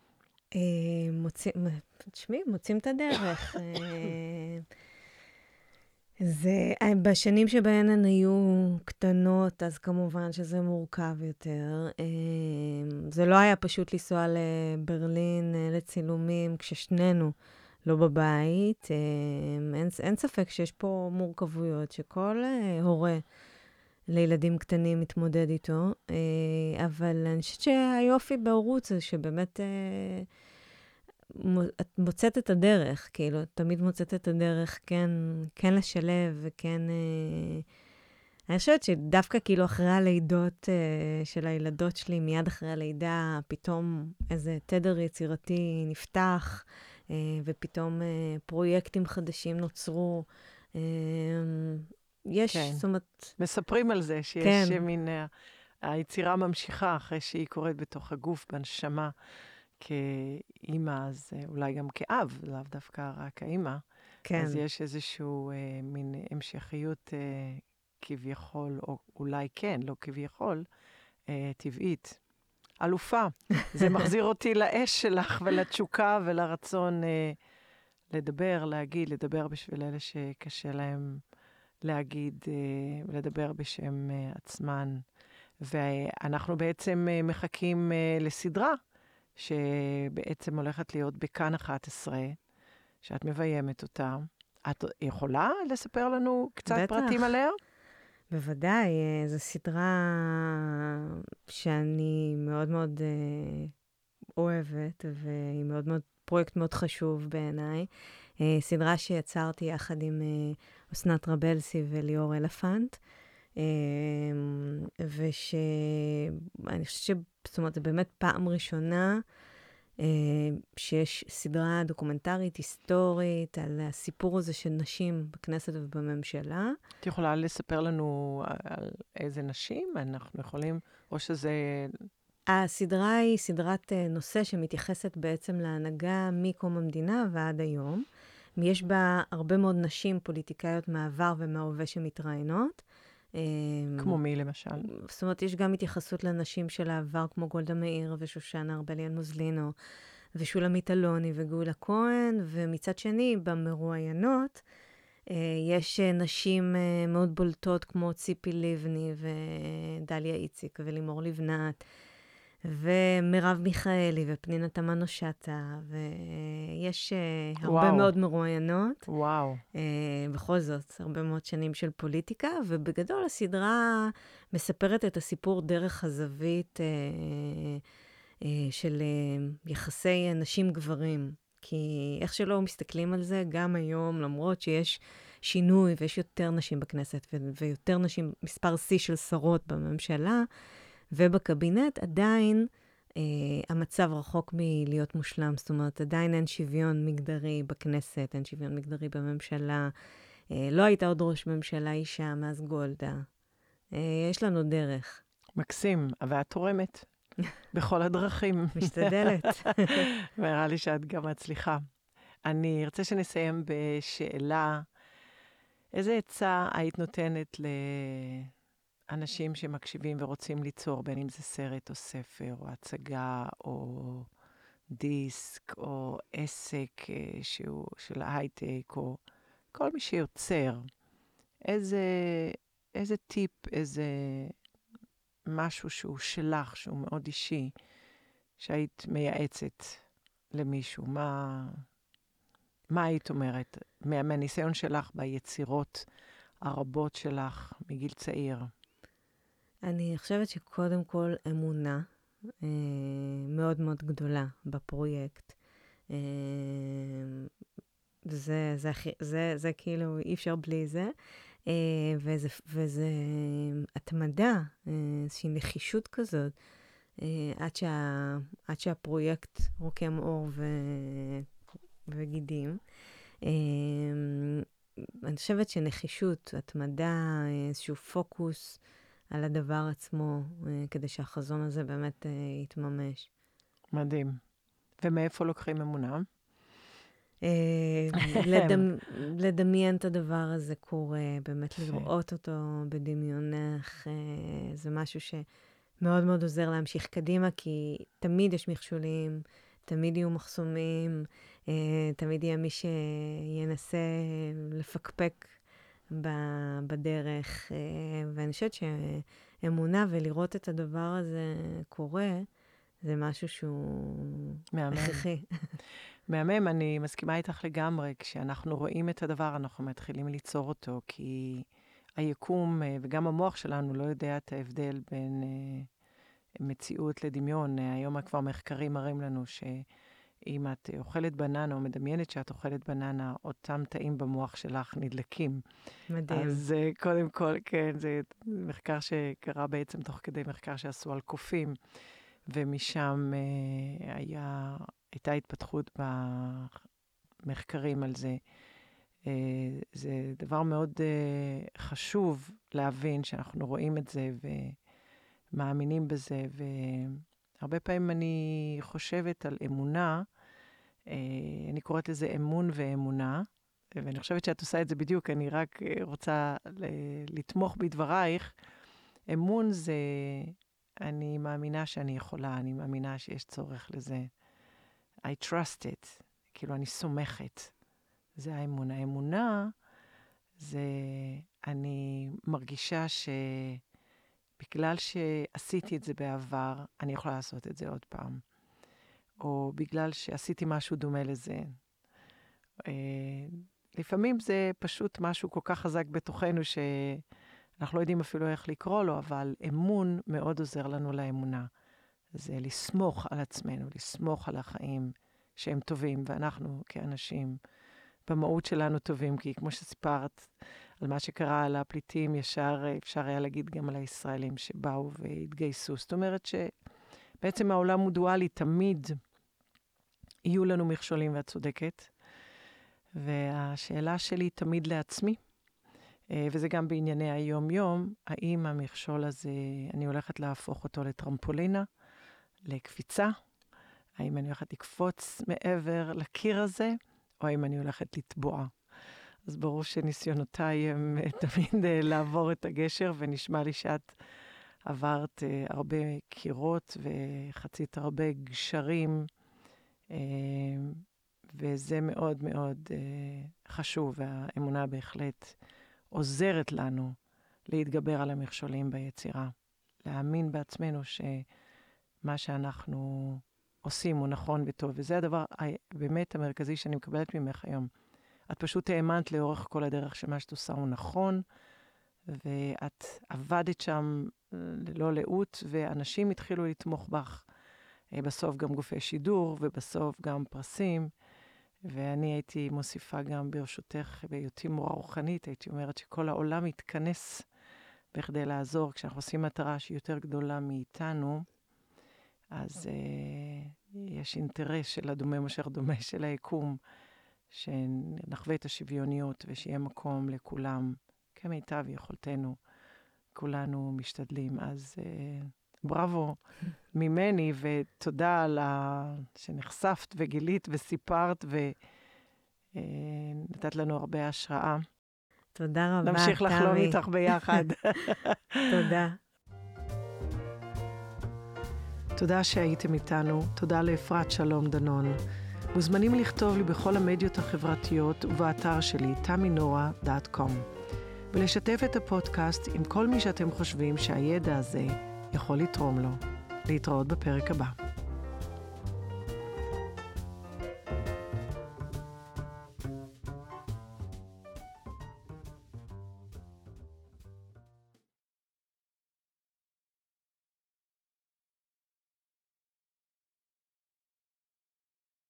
מוצאים את הדרך. בשנים שבהן הן היו קטנות, אז כמובן שזה מורכב יותר. זה לא היה פשוט לנסוע לברלין לצילומים כששנינו לא בבית. אין ספק שיש פה מורכבויות שכל הורה לילדים קטנים מתמודד איתו, אבל אני חושבת שהיופי בהורות זה שבאמת את מוצאת את הדרך, כאילו, תמיד מוצאת את הדרך כן לשלב, וכן אני חושבת שדווקא כאילו אחרי הלידות של הילדות שלי, מיד אחרי הלידה, פתאום איזה תדר יצירתי נפתח, ופתאום פרויקטים חדשים נוצרו. יש, זאת אומרת... מספרים על זה, שיש מין... היצירה ממשיכה אחרי שהיא קורית בתוך הגוף, בנשמה, כאימא, אז אולי גם כאב, לאו דווקא רק האימא. כן. אז יש איזשהו מין המשכיות כביכול, או אולי כן, לא כביכול, טבעית. אלופה. זה מחזיר אותי לאש שלך ולתשוקה ולרצון לדבר בשביל אלה שקשה להם להגיד ולדבר בשם עצמן. ואנחנו בעצם מחכים לסדרה שבעצם הולכת להיות בכאן 11, שאת מביימת אותה. את יכולה לספר לנו קצת פרטים עליה? בוודאי, זו סדרה שאני מאוד מאוד אוהבת, והיא מאוד מאוד פרויקט מאוד חשוב בעיניי. סדרה שיצרתי יחד עם אסנת רבלסי וליאור אלפנט, ואני חושבת זאת אומרת, זה באמת פעם ראשונה שיש סדרה דוקומנטרית, היסטורית, על הסיפור הזה של נשים בכנסת ובממשלה. את יכולה לספר לנו על איזה נשים אנחנו יכולים, או שזה... הסדרה היא סדרת נושא שמתייחסת בעצם להנהגה מקום המדינה ועד היום. יש בה הרבה מאוד נשים פוליטיקאיות מהעבר ומההווה שמתראיינות. כמו מי למשל? זאת אומרת, יש גם התייחסות לנשים של העבר, כמו גולדה מאיר ושושנה ארבליאן מוזלינו, ושולמית אלוני וגאולה כהן, ומצד שני, במרואיינות, יש נשים מאוד בולטות כמו ציפי לבני ודליה איציק ולימור לבנת, ומרב מיכאלי ופנינה תמנו שטה, ויש הרבה מאוד מרואיינות. וואו. בכל זאת, הרבה מאוד שנים של פוליטיקה, ובגדול הסדרה מספרת את הסיפור דרך הזווית של יחסי נשים גברים. כי איך שלא מסתכלים על זה, גם היום, למרות שיש שינוי ויש יותר נשים בכנסת, ויותר נשים, מספר שיא של שרות בממשלה, ובקבינט עדיין המצב רחוק מלהיות מושלם. זאת אומרת, עדיין אין שוויון מגדרי בכנסת, אין שוויון מגדרי בממשלה. לא הייתה עוד ראש ממשלה אישה מאז גולדה. יש לנו דרך. מקסים, אבל את תורמת בכל הדרכים. משתדלת. ונראה לי שאת גם מצליחה. אני ארצה שנסיים בשאלה, איזה עצה היית נותנת אנשים שמקשיבים ורוצים ליצור, בין אם זה סרט או ספר, או הצגה, או דיסק, או עסק שהוא של הייטק, או כל מי שיוצר. איזה טיפ, איזה משהו שהוא שלך, שהוא מאוד אישי, שהיית מייעצת למישהו. מה היית אומרת? מהניסיון שלך ביצירות הרבות שלך מגיל צעיר. אני חושבת שקודם כל אמונה מאוד מאוד גדולה בפרויקט. זה כאילו אי אפשר בלי זה. וזה התמדה, איזושהי נחישות כזאת, עד שהפרויקט רוקם אור וגידים. אני חושבת שנחישות, התמדה, איזשהו פוקוס על הדבר עצמו, כדי שהחזון הזה באמת יתממש. מדהים. ומאיפה לוקחים אמונה? לדמיין את הדבר הזה קורה, באמת לראות אותו בדמיונך, זה משהו שמאוד מאוד עוזר להמשיך קדימה, כי תמיד יש מכשולים, תמיד יהיו מחסומים, תמיד יהיה מי שינסה לפקפק בדרך, ואני חושבת שאמונה ולראות את הדבר הזה קורה, זה משהו שהוא הכרחי. מהמם, אני מסכימה איתך לגמרי. כשאנחנו רואים את הדבר, אנחנו מתחילים ליצור אותו, כי היקום וגם המוח שלנו לא יודע את ההבדל בין מציאות לדמיון. היום כבר מחקרים מראים לנו שאם את אוכלת בננה או מדמיינת שאת אוכלת בננה, אותם תאים במוח שלך נדלקים. מדהים. אז קודם כל, כן, זה מחקר שקרה בעצם תוך כדי מחקר שעשו על קופים, ומשם הייתה התפתחות במחקרים על זה. זה דבר מאוד חשוב להבין שאנחנו רואים את זה ומאמינים בזה, והרבה פעמים אני חושבת על אמונה, אני קוראת לזה אמון ואמונה, ואני חושבת שאת עושה את זה בדיוק, אני רק רוצה לתמוך בדברייך. אמון זה אני מאמינה שאני יכולה, אני מאמינה שיש צורך לזה. I trust it, כאילו אני סומכת. זה האמונה. האמונה זה, אני מרגישה שבגלל שעשיתי את זה בעבר, אני יכולה לעשות את זה עוד פעם. או בגלל שעשיתי משהו דומה לזה. לפעמים זה פשוט משהו כל כך חזק בתוכנו שאנחנו לא יודעים אפילו איך לקרוא לו, אבל אמון מאוד עוזר לנו לאמונה. זה לסמוך על עצמנו, לסמוך על החיים שהם טובים, ואנחנו כאנשים במהות שלנו טובים, כי כמו שסיפרת על מה שקרה על הפליטים, ישר אפשר היה להגיד גם על הישראלים שבאו והתגייסו. זאת אומרת שבעצם העולם הוא דואלי, תמיד יהיו לנו מכשולים, ואת צודקת. והשאלה שלי תמיד לעצמי, וזה גם בענייני היום-יום, האם המכשול הזה, אני הולכת להפוך אותו לטרמפולינה, לקפיצה, האם אני הולכת לקפוץ מעבר לקיר הזה, או האם אני הולכת לטבוע. אז ברור שניסיונותיי הם תמיד לעבור את הגשר, ונשמע לי שאת עברת הרבה קירות וחצית הרבה גשרים, וזה מאוד מאוד חשוב, והאמונה בהחלט עוזרת לנו להתגבר על המכשולים ביצירה. להאמין בעצמנו שמה שאנחנו עושים הוא נכון וטוב, וזה הדבר באמת המרכזי שאני מקבלת ממך היום. את פשוט האמנת לאורך כל הדרך שמה שאת עושה הוא נכון, ואת עבדת שם ללא לאות, ואנשים התחילו לתמוך בך. בסוף גם גופי שידור, ובסוף גם פרסים. ואני הייתי מוסיפה גם ברשותך, בהיותי מורה רוחנית, הייתי אומרת שכל העולם מתכנס בכדי לעזור. כשאנחנו עושים מטרה שהיא יותר גדולה מאיתנו, אז יש אינטרס של הדומם אשר דומה של היקום, שנחווה את השוויוניות ושיהיה מקום לכולם, כמיטב יכולתנו. כולנו משתדלים. אז בראבו ממני, ותודה על שנחשפת וגילית וסיפרת, ונתת לנו הרבה השראה. תודה רבה, נמשיך לחלום איתך ביחד. תודה. תודה שהייתם איתנו. תודה לאפרת שלום דנון. מוזמנים לכתוב לי בכל המדיות החברתיות ובאתר שלי, taminora.com, ולשתף את הפודקאסט עם כל מי שאתם חושבים שהידע הזה יכול לתרום לו. להתראות בפרק הבא.